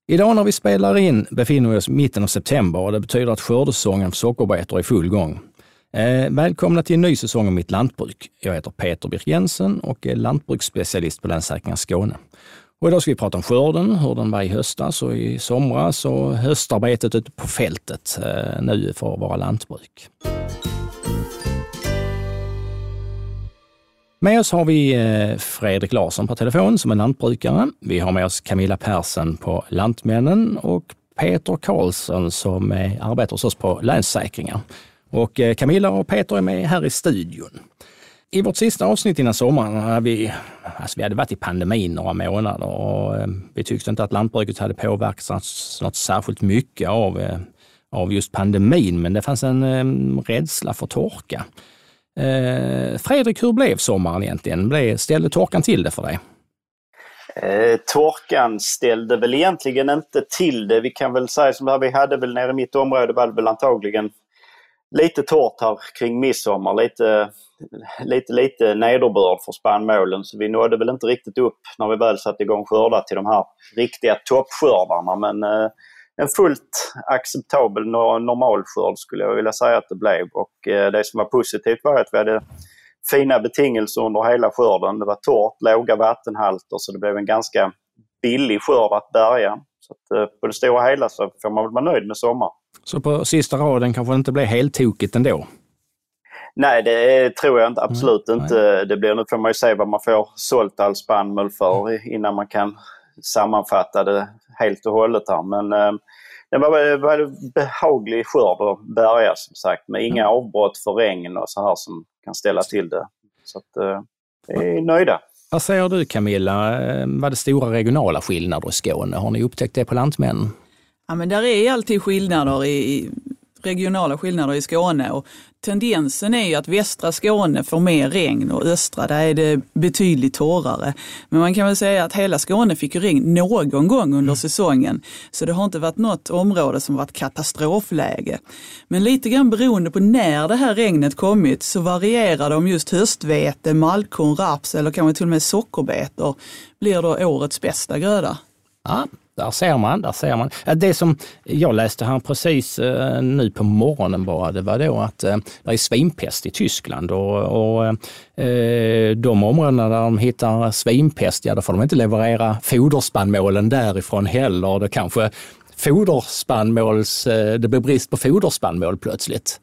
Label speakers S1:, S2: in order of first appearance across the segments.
S1: Idag när vi spelar in befinner vi oss i mitten av september och det betyder att skördesäsongen för sockerbetor är i full gång. Välkomna till en ny säsong av Mitt lantbruk. Jag heter Peter Birk Jensen och är lantbruksspecialist på Länsstyrelsen Skåne. Och idag ska vi prata om skörden, hur den var i höstas och i somras och höstarbetet ute på fältet nu för våra lantbruk. Med oss har vi Fredrik Larsson på telefon som är lantbrukare. Vi har med oss Camilla Persson på Lantmännen och Peter Karlsson som arbetar hos oss på Länssäkringar. Och Camilla och Peter är med här i studion. I vårt sista avsnitt innan sommaren hade vi hade varit i pandemin några månader och vi tyckte inte att lantbruket hade påverkats något särskilt mycket av just pandemin, men det fanns en rädsla för torka. Fredrik, hur blev sommaren egentligen? Ställde torkan till det för dig?
S2: Torkan ställde väl egentligen inte till det. Vi kan väl säga som vi hade väl nere i mitt område var det väl antagligen lite torrt här kring midsommar, lite nederbörd för spannmålen, så vi nådde väl inte riktigt upp när vi väl satte igång skördar till de här riktiga toppskördarna, men en fullt acceptabel normalskörd skulle jag vilja säga att det blev. Och det som var positivt var att vi hade fina betingelser under hela skörden. Det var torrt, låga vattenhalter, så det blev en ganska billig skörd att bärga. Så att, på det stora hela så får man väl vara nöjd med sommar. Så
S1: på sista raden kanske det inte blev helt tokigt ändå?
S2: Nej, det tror jag inte, absolut inte. Det blir, nu får man ju se vad man får sålt all spannmål för innan man kan sammanfatta det helt och hållet här. Men det var behaglig skörd att bärga som sagt, med inga avbrott för regn och så här som kan ställa till det. Så att vi är nöjda.
S1: Vad säger du, Camilla? Var det stora regionala skillnader i Skåne? Har ni upptäckt det på Lantmännen?
S3: Ja, men där är alltid skillnader regionala skillnader i Skåne, och tendensen är ju att västra Skåne får mer regn och östra där är det betydligt torrare. Men man kan väl säga att hela Skåne fick ju regn någon gång under säsongen, så det har inte varit något område som varit katastrofläge. Men lite grann beroende på när det här regnet kommit så varierar det om just höstvete, malkorn, raps eller kanske till och med sockerbetor blir då årets bästa gröda.
S1: Ja. Där ser man. Det som jag läste här precis nu på morgonen bara, det var då att det är svinpest i Tyskland och de områdena där de hittar svinpest, ja då får de inte leverera foderspannmålen därifrån heller. Det kanske det blir brist på foderspannmål plötsligt.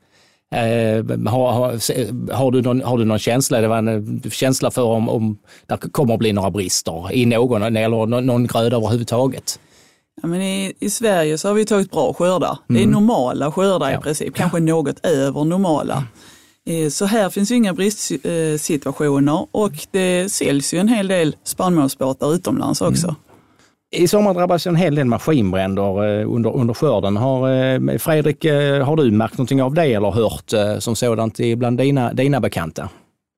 S1: Har du någon känsla? Det var en känsla för om det kommer att bli några brister i någon gröda överhuvudtaget.
S3: Ja, men i Sverige så har vi tagit bra skördar. Det är normala skördar i princip, kanske något över normala. Så här finns ju inga bristsituationer och det säljs ju en hel del spannmålsbåtar utomlands också.
S1: I sommar drabbas en hel del maskinbränder under skörden. Fredrik, har du märkt någonting av det eller hört som sådant bland dina bekanta?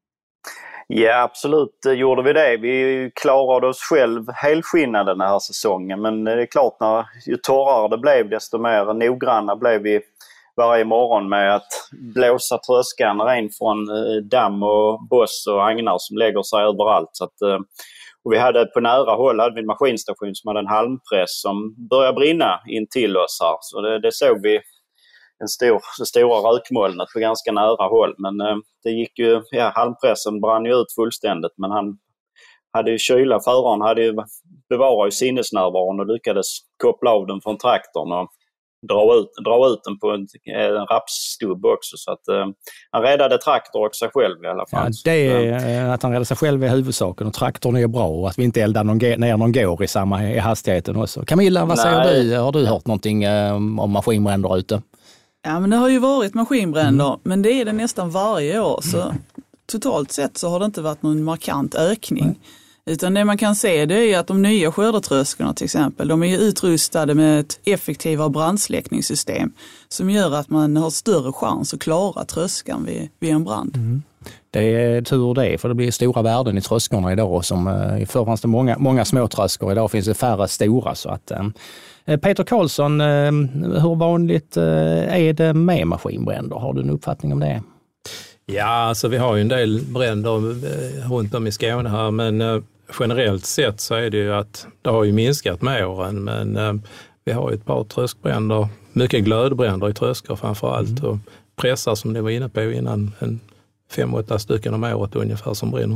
S2: Ja, absolut gjorde vi det. Vi klarade oss själv helskinnade den här säsongen, men det är klart ju torrare det blev desto mer noggranna blev vi varje morgon med att blåsa tröskan ren från damm och boss och agnar som lägger sig överallt. Så att, och vi hade på nära håll en maskinstation som hade en halmpress som började brinna in till oss här. Så det såg vi det stora rökmolnet på ganska nära håll. Men det gick ju, halmpressen brann ju ut fullständigt, men han hade ju föraren hade ju bevarat sinnesnärvaron och lyckades koppla av den från traktorn och dra ut den på en rapsstubb också, så att han räddade traktor och sig själv i alla fall.
S1: Ja, det är att han räddade sig själv i huvudsaken, och traktorn är bra och att vi inte eldar ner någon går i samma hastigheten också. Camilla, vad säger du? Har du hört någonting om maskinbränder ute?
S3: Ja, men det har ju varit maskinbränder, men det är det nästan varje år, så totalt sett så har det inte varit någon markant ökning. Utan det man kan se det är att de nya skördetröskorna till exempel, de är ju utrustade med ett effektivare brandsläckningssystem som gör att man har större chans att klara tröskan vid en brand.
S1: Det är tur det, för det blir stora värden i tröskorna idag. Förr fanns det många små tröskor, idag finns det färre stora. Så att, Peter Karlsson, hur vanligt är det med maskinbränder? Har du en uppfattning om det?
S4: Ja, alltså vi har ju en del bränder runt om i Skåne här, men generellt sett så är det ju att det har ju minskat med åren, men vi har ju ett par tröskbränder, mycket glödbränder i tröskor framför allt och pressar som ni var inne på innan, 5-8 stycken om året ungefär som brinner.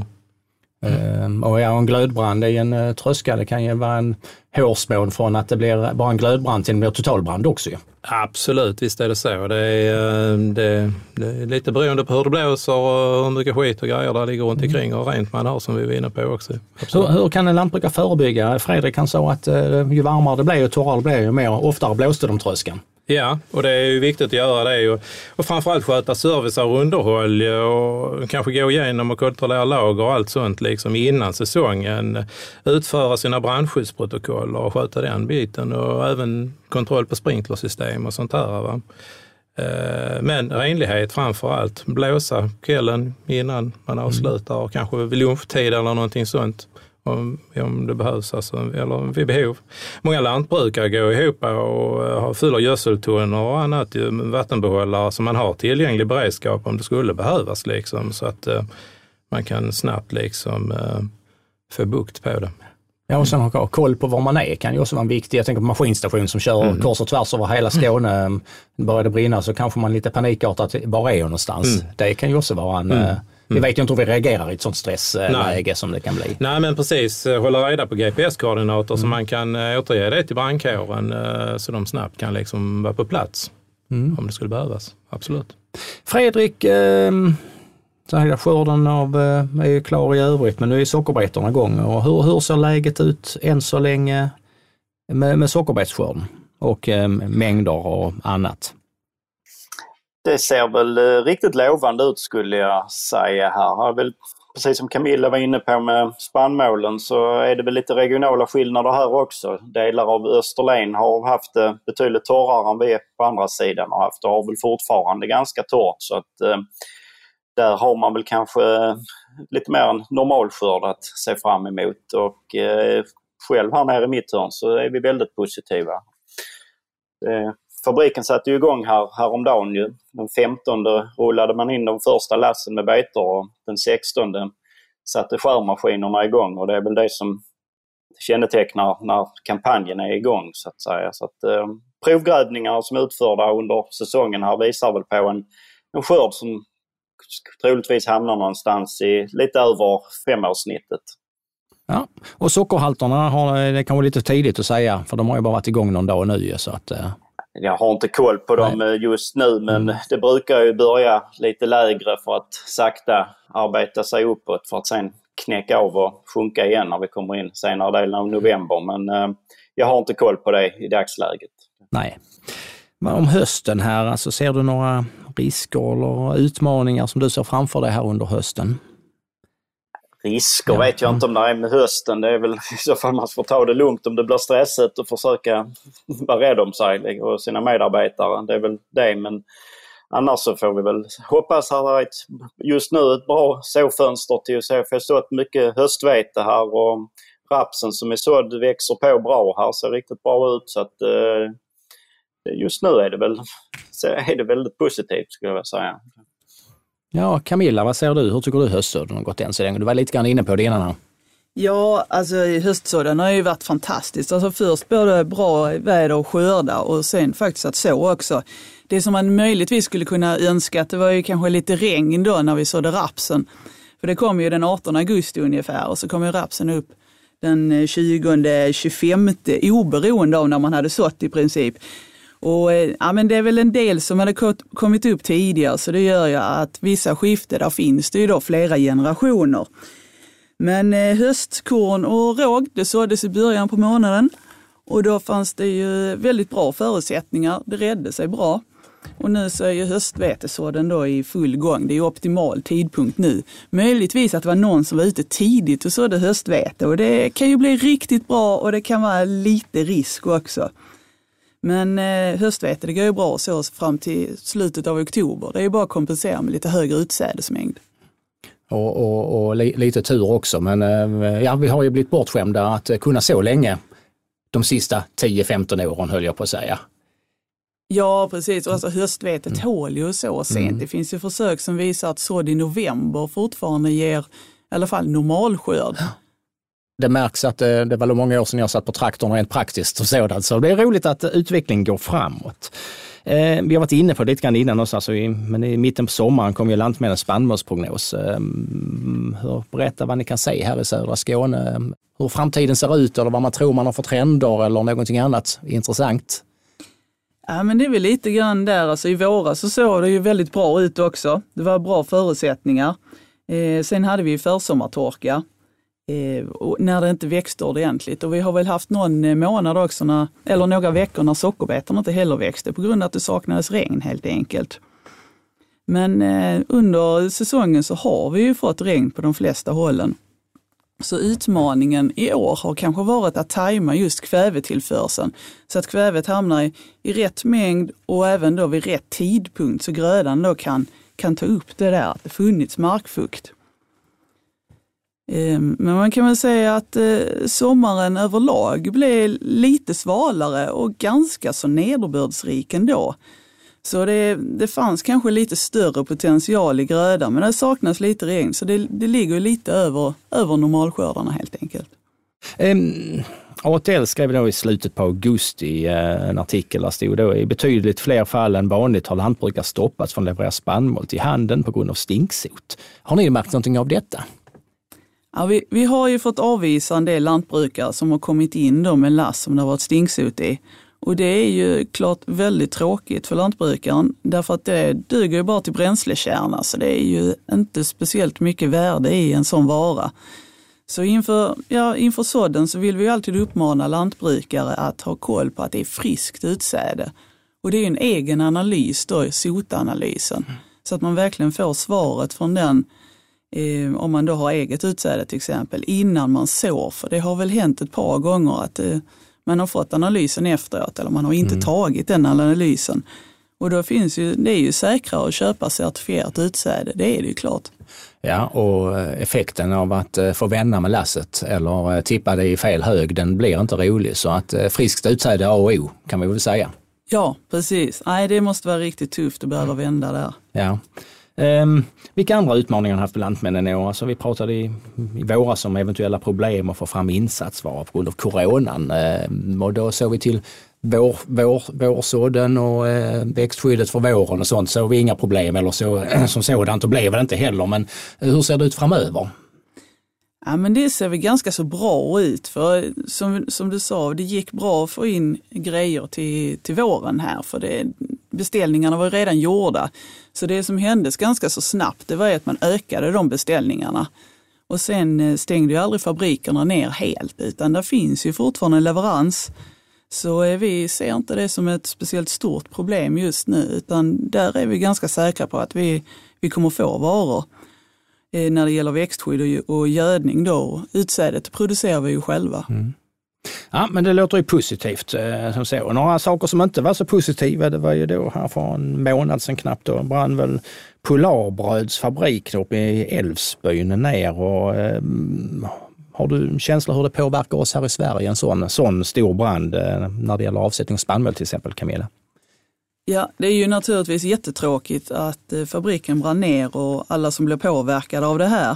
S1: Och en glödbrand i en tröska, det kan ju vara en hårsmån från att det blir bara en glödbrand till en mer totalbrand också. Ja.
S4: Absolut, visst är det så. Det är lite beroende på hur det blåser och hur mycket skit och grejer där ligger runt omkring och rent man har som vi var inne på också.
S1: Hur kan en lantbrukare förebygga? Fredrik kan säga att ju varmare det blir ju torrare det blir ju mer oftare blåste de tröskan.
S4: Ja, och det är ju viktigt att göra det och framförallt sköta service och underhåll och kanske gå igenom och kontrollera lager och allt sånt liksom innan säsongen. Utföra sina brandskyddsprotokoll och sköta den biten och även kontroll på sprinklersystem och sånt där. Va? Men renlighet framförallt. Blåsa kvällen innan man avslutar och kanske vid lunchtid eller någonting sånt. Om det behövs, alltså, eller vid behov. Många lantbrukare går ihop och fyller gödseltunnor och annat vattenbehållare som man har tillgänglig beredskap om det skulle behövas liksom, så att man kan snabbt liksom få bukt på det.
S1: Ja, och sen ha koll på var man är kan ju också vara viktigt. Jag tänker på maskinstation som kör kors och tvärs över hela Skåne. Börjar det brinna så kanske man lite panikartat var är någonstans. Det kan ju också vara en... Vi vet ju inte hur vi reagerar i ett sånt stressläge som det kan bli.
S4: Nej, men precis. Hålla reda på GPS-koordinater så man kan återge det till brandkåren så de snabbt kan liksom vara på plats om det skulle behövas. Absolut.
S1: Fredrik, så här, skörden är ju klar i övrigt, men nu är sockerbetorna igång. Och hur ser läget ut än så länge med sockerbetsskörden och mängder och annat?
S2: Det ser väl riktigt lovande ut skulle jag säga här. Väl, precis som Camilla var inne på med spannmålen så är det väl lite regionala skillnader här också. Delar av Österlen har haft det betydligt torrare än vi på andra sidan har haft och har väl fortfarande ganska torrt. Så att där har man väl kanske lite mer en normalskörd att se fram emot. Och själv här nere i mitt hörn så är vi väldigt positiva. Fabriken satte ju igång häromdagen ju. Den 15 rullade man in de första lassen med betor och den 16 satte skärmaskinerna igång och det är väl det som kännetecknar när kampanjen är igång så att säga. Så att provgrävningar som är utförda under säsongen här visar väl på en skörd som troligtvis hamnar någonstans i lite över 5-årssnittet.
S1: Ja, och sockerhalterna det kan vara lite tidigt att säga för de har ju bara varit igång någon dag nu så att...
S2: Jag har inte koll på dem just nu men det brukar ju börja lite lägre för att sakta arbeta sig uppåt för att sen knäcka av och sjunka igen när vi kommer in senare delen av november. Men jag har inte koll på det i dagsläget.
S1: Nej. Men om hösten här, alltså ser du några risker eller utmaningar som du ser framför dig här under hösten?
S2: Risker vet jag inte om det är med hösten. Det är väl i så fall man får ta det lugnt om det blir stressigt och försöka vara rädd om sig och sina medarbetare. Det är väl det, men annars så får vi väl hoppas att just nu ett bra såfönster till att se. För jag har stått mycket höstvete här och rapsen som är sådd växer på bra här, ser riktigt bra ut så att just nu är det väldigt positivt skulle jag säga.
S1: Ja, Camilla, vad säger du? Hur tycker du höstsådden har gått än så länge? Du var lite grann inne på det innan här.
S3: Ja, alltså höstsådden har ju varit fantastiskt. Alltså först både bra väder och skörda och sen faktiskt att så också. Det som man möjligtvis skulle kunna önska att det var ju kanske lite regn då när vi sådde rapsen. För det kom ju den 18 augusti ungefär och så kom ju rapsen upp den 20-25 oberoende av när man hade sått i princip. Och men det är väl en del som hade kommit upp tidigare så det gör ju att vissa skifter där finns det ju då flera generationer. Men höstkorn och råg det såddes i början på månaden och då fanns det ju väldigt bra förutsättningar. Det redde sig bra och nu så är ju höstvetesådden då i full gång. Det är ju optimal tidpunkt nu. Möjligtvis att det var någon som var ute tidigt och sådde höstvete och det kan ju bli riktigt bra och det kan vara lite risk också. Men höstvete det går ju bra så fram till slutet av oktober. Det är ju bara att kompensera med lite högre utsädesmängd.
S1: Och lite tur också. Men ja, vi har ju blivit bortskämda att kunna så länge de sista 10-15 åren höll jag på att säga.
S3: Ja, precis. Och alltså, höstvetet tål ju så sent. Det finns ju försök som visar att sådd i november fortfarande ger i alla fall normalskörd.
S1: Det märks att det var många år sedan jag satt på traktorn rent praktiskt och sådant. Så det är roligt att utvecklingen går framåt. Vi har varit inne på det lite grann innan också, men i mitten på sommaren kom ju Lantmännens spannmålsprognos. Berätta vad ni kan se här i södra Skåne. Hur framtiden ser ut eller vad man tror man har för trender eller någonting annat intressant.
S3: Ja, men det är väl lite grann där. Alltså, i våras så såg det ju väldigt bra ut också. Det var bra förutsättningar. Sen hade vi försommartorka. När det inte växte ordentligt. Och vi har väl haft någon månad också, eller några veckor när sockerbetorna inte heller växte på grund av att det saknades regn helt enkelt. Men under säsongen så har vi ju fått regn på de flesta hållen. Så utmaningen i år har kanske varit att tajma just kvävetillförseln så att kvävet hamnar i rätt mängd och även då vid rätt tidpunkt så grödan då kan ta upp det där att det funnits markfukt. Men man kan väl säga att sommaren överlag blev lite svalare och ganska så nederbördsrik ändå. Så det fanns kanske lite större potential i grödan, men det saknas lite regn så det ligger lite över normalskördarna helt enkelt.
S1: ATL skrev då i slutet på augusti en artikel där stod då i betydligt fler fall än vanligt har lantbrukare stoppats från att leverera spannmål till handeln på grund av stinksot. Har ni märkt någonting av detta?
S3: Ja, vi har ju fått avvisa en del lantbrukare som har kommit in då med lass som det har varit stinksot i. Och det är ju klart väldigt tråkigt för lantbrukaren därför att det duger ju bara till bränslekärna så det är ju inte speciellt mycket värde i en sån vara. Så inför sådden så vill vi alltid uppmana lantbrukare att ha koll på att det är friskt utsäde. Och det är ju en egen analys då, sotanalysen. Så att man verkligen får svaret från den om man då har eget utsäde till exempel innan man sår. För det har väl hänt ett par gånger att man har fått analysen efteråt eller man har inte tagit den analysen. Och då det är ju säkrare att köpa certifierat utsäde, det är det ju klart.
S1: Ja, och effekten av att få vända med lasset eller tippa det i fel hög, den blir inte rolig. Så att friskt utsäde A och O kan vi väl säga.
S3: Ja, precis. Nej, det måste vara riktigt tufft att behöva vända där.
S1: Ja. Vilka andra utmaningar har haft Lantmännen i år? Alltså vi pratade i våras om eventuella problem att få fram insatsvaror på grund av coronan. Och då såg vi till vårsådden och växtskyddet för våren och sånt. Så vi inga problem eller så som sådant och blev det inte heller. Men hur ser det ut framöver?
S3: Ja, men det ser väl ganska så bra ut för som du sa, det gick bra att få in grejer till våren här för beställningarna var redan gjorda. Så det som händes ganska så snabbt det var att man ökade de beställningarna. Och sen stängde ju aldrig fabrikerna ner helt utan det finns ju fortfarande leverans. Så vi ser inte det som ett speciellt stort problem just nu utan där är vi ganska säkra på att vi kommer få varor. När det gäller växtskydd och gödning då, utsädet producerar vi ju själva.
S1: Ja, men det låter ju positivt. Som så. Och några saker som inte var så positiva, det var ju då här för en månad sedan knappt då brann väl Polarbröds fabrik uppe i Älvsbyn ner och har du känsla hur det påverkar oss här i Sverige, en sån stor brand när det gäller avsättning av spannmål till exempel, Camilla?
S3: Ja, det är ju naturligtvis jättetråkigt att fabriken brann ner och alla som blev påverkade av det här.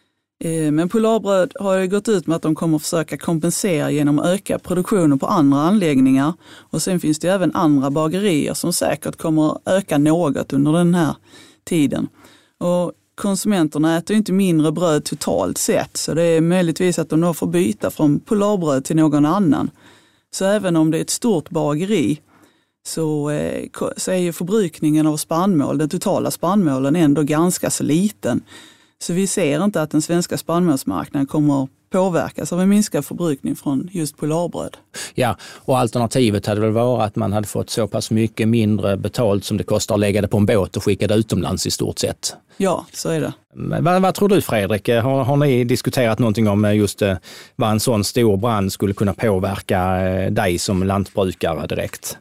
S3: Men Polarbröd har ju gått ut med att de kommer att försöka kompensera genom att öka produktionen på andra anläggningar. Och sen finns det även andra bagerier som säkert kommer att öka något under den här tiden. Och konsumenterna äter ju inte mindre bröd totalt sett så det är möjligtvis att de då får byta från Polarbröd till någon annan. Så även om det är ett stort bageri så är ju förbrukningen av spannmål, den totala spannmålen ändå ganska så liten. Så vi ser inte att den svenska spannmålsmarknaden kommer att påverkas av en minskad förbrukning från just Polarbröd. Ja, och alternativet hade väl varit att man hade fått så pass mycket mindre betalt som det kostar att lägga det på en båt och skicka det utomlands i stort sett. Ja, så är det. Men vad tror du, Fredrik? Har ni diskuterat någonting om just vad en sån stor brand skulle kunna påverka dig som lantbrukare direkt?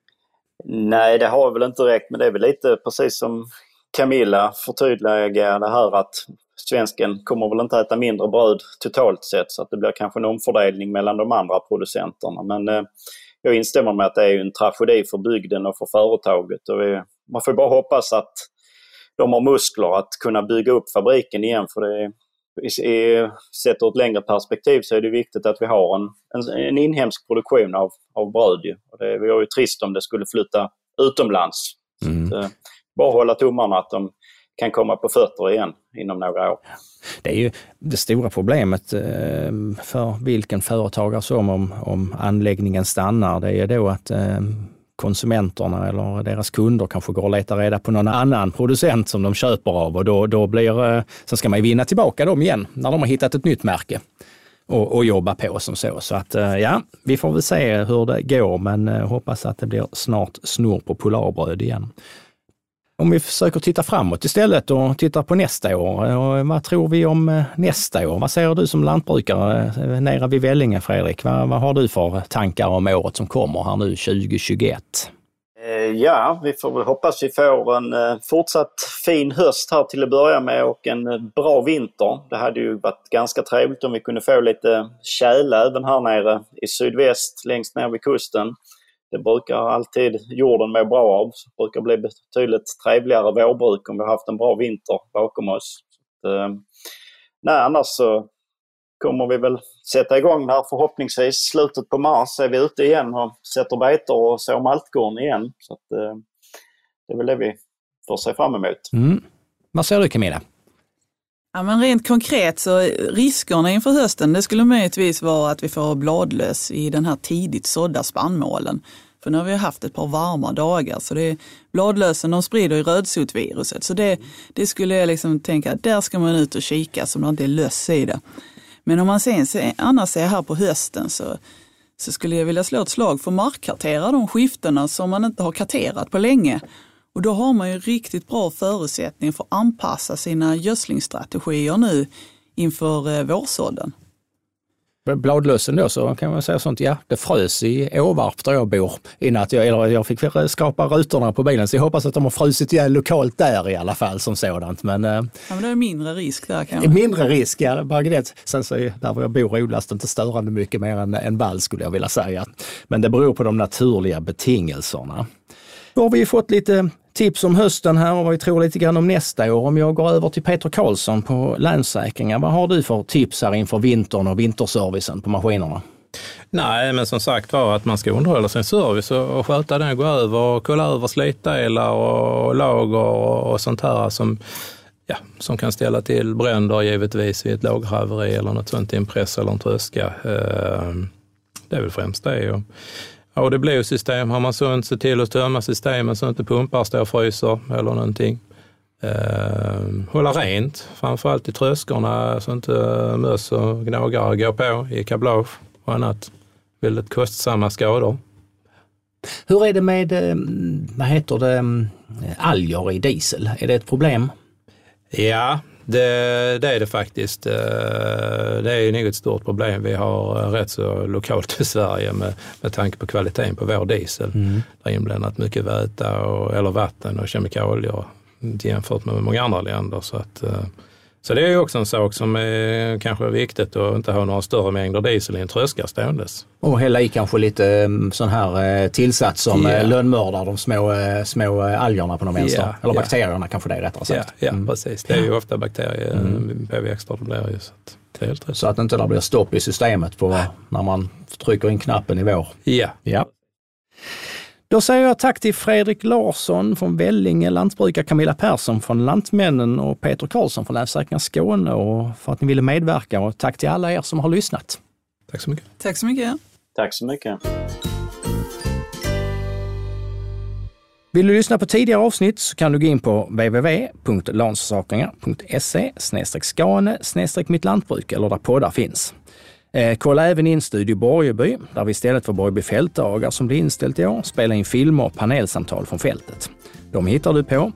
S2: Nej, det har väl inte räckt, men det är väl lite precis som Camilla förtydligar det här att svensken kommer väl inte äta mindre bröd totalt sett så att det blir kanske en omfördelning mellan de andra producenterna. Men jag instämmer med att det är ju en tragedi för bygden och för företaget och man får bara hoppas att de har muskler att kunna bygga upp fabriken igen för sett ur ett längre perspektiv så är det viktigt att vi har en inhemsk produktion av bröd. Och det vore ju trist om det skulle flytta utomlands. Så att, bara hålla tummarna att de kan komma på fötter igen inom några år.
S1: Det är ju det stora problemet för vilken företagare som om anläggningen stannar. Det är då att konsumenterna eller deras kunder kanske går och letar reda på någon annan producent som de köper av, och då blir, så ska man ju vinna tillbaka dem igen när de har hittat ett nytt märke och jobba på som så. Så att ja, vi får väl se hur det går, men hoppas att det blir snart snurr på Polarbröd igen. Om vi försöker titta framåt istället och titta på nästa år, vad tror vi om nästa år? Vad säger du som lantbrukare nere vid Vellinge, Fredrik? Vad har du för tankar om året som kommer här nu 2021?
S2: Ja, vi får väl hoppas vi får en fortsatt fin höst här till att börja med och en bra vinter. Det hade ju varit ganska trevligt om vi kunde få lite tjäle även här nere i sydväst längst ner vid kusten. Det brukar alltid jorden må bra av. Det brukar bli betydligt trevligare vårbruk om vi har haft en bra vinter bakom oss. Annars så kommer vi väl sätta igång här förhoppningsvis slutet på mars. Är vi ute igen och sätter betor och så maltkorn igen. Så att, det är väl det vi får se fram emot.
S1: Vad säger du, Camilla?
S3: Ja, men rent konkret så riskerna inför hösten, det skulle möjligtvis vara att vi får bladlöss i den här tidigt sådda spannmålen. För nu har vi haft ett par varma dagar, så bladlösen de sprider i rödsotviruset. Så det skulle jag liksom tänka, där ska man ut och kika så det inte är löss i det. Men om man annars ser här på hösten så skulle jag vilja slå ett slag för markkartera de skiftena som man inte har karterat på länge. Och då har man ju riktigt bra förutsättning för att anpassa sina gödslingsstrategier nu inför vårsådden.
S1: Bladlössen då, så kan man säga sånt, ja, det frös i Åvarp där jag bor innan jag fick skrapa rutorna på bilen, så jag hoppas att de har frusit ihjäl lokalt där i alla fall som sådant. Men
S3: det är mindre risk där kanske.
S1: Mindre risk, ja, bara det. Sen så där var jag bor odlas det inte störande mycket mer än en ball skulle jag vilja säga. Men det beror på de naturliga betingelserna. Då har vi fått lite tips om hösten här och vad vi tror lite grann om nästa år. Om jag går över till Peter Karlsson på Länssäkringar, vad har du för tips här inför vintern och vinterservicen på maskinerna?
S4: Nej, men som sagt var att man ska underhålla sin service och sköta den, gå över och kolla över slitdelar och lager och sånt här som kan ställa till bränder givetvis vid ett lagerhaveri eller något sånt, en press eller en tröska. Det är väl främst det. Och det blir system, har man sånt, se till att tömma systemen så att inte pumpar står och fryser eller någonting. Hålla rent, framförallt i tröskorna så inte möss och gnagare går på i kablage och annat. Väldigt kostsamma skador.
S1: Hur är det med, alger i diesel? Är det ett problem?
S4: Ja, det är det faktiskt. Det är ju något stort problem. Vi har rätt så lokalt i Sverige med tanke på kvaliteten på vår diesel. Det är inblandat mycket vatten och kemikalier jämfört med många andra länder. Så det är ju också en sak som är kanske viktigt att inte ha några större mängder diesel i en tröska ståendes. Och
S1: hälla i kanske lite sån här tillsats som lönnmördar de små algerna på någon vänster. Eller bakterierna kanske det är rättare sagt.
S4: Ja, precis. Det är ju ofta bakterier på växter.
S1: Så att inte det blir stopp i systemet på när man trycker in knappen i vår. Ja. Då säger jag tack till Fredrik Larsson från Vellinge, lantbrukare Camilla Persson från Lantmännen och Peter Karlsson från Länssäkringar Skåne och för att ni ville medverka, och tack till alla er som har lyssnat.
S4: Tack så mycket.
S3: Tack så mycket.
S2: Tack så mycket.
S1: Vill du lyssna på tidigare avsnitt så kan du gå in på www.landssäkringar.se/skane/mittlantbruk eller där poddar finns. Kolla även in Studio Borgeby, där vi istället för Borgeby fältdagar som blir inställt i år spelar in filmer och panelsamtal från fältet. De hittar du på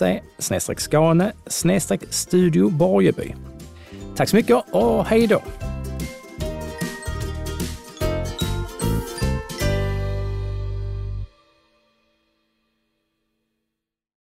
S1: www.landssäkringar.se/skane/studio Borgeby. Tack så mycket och hej då!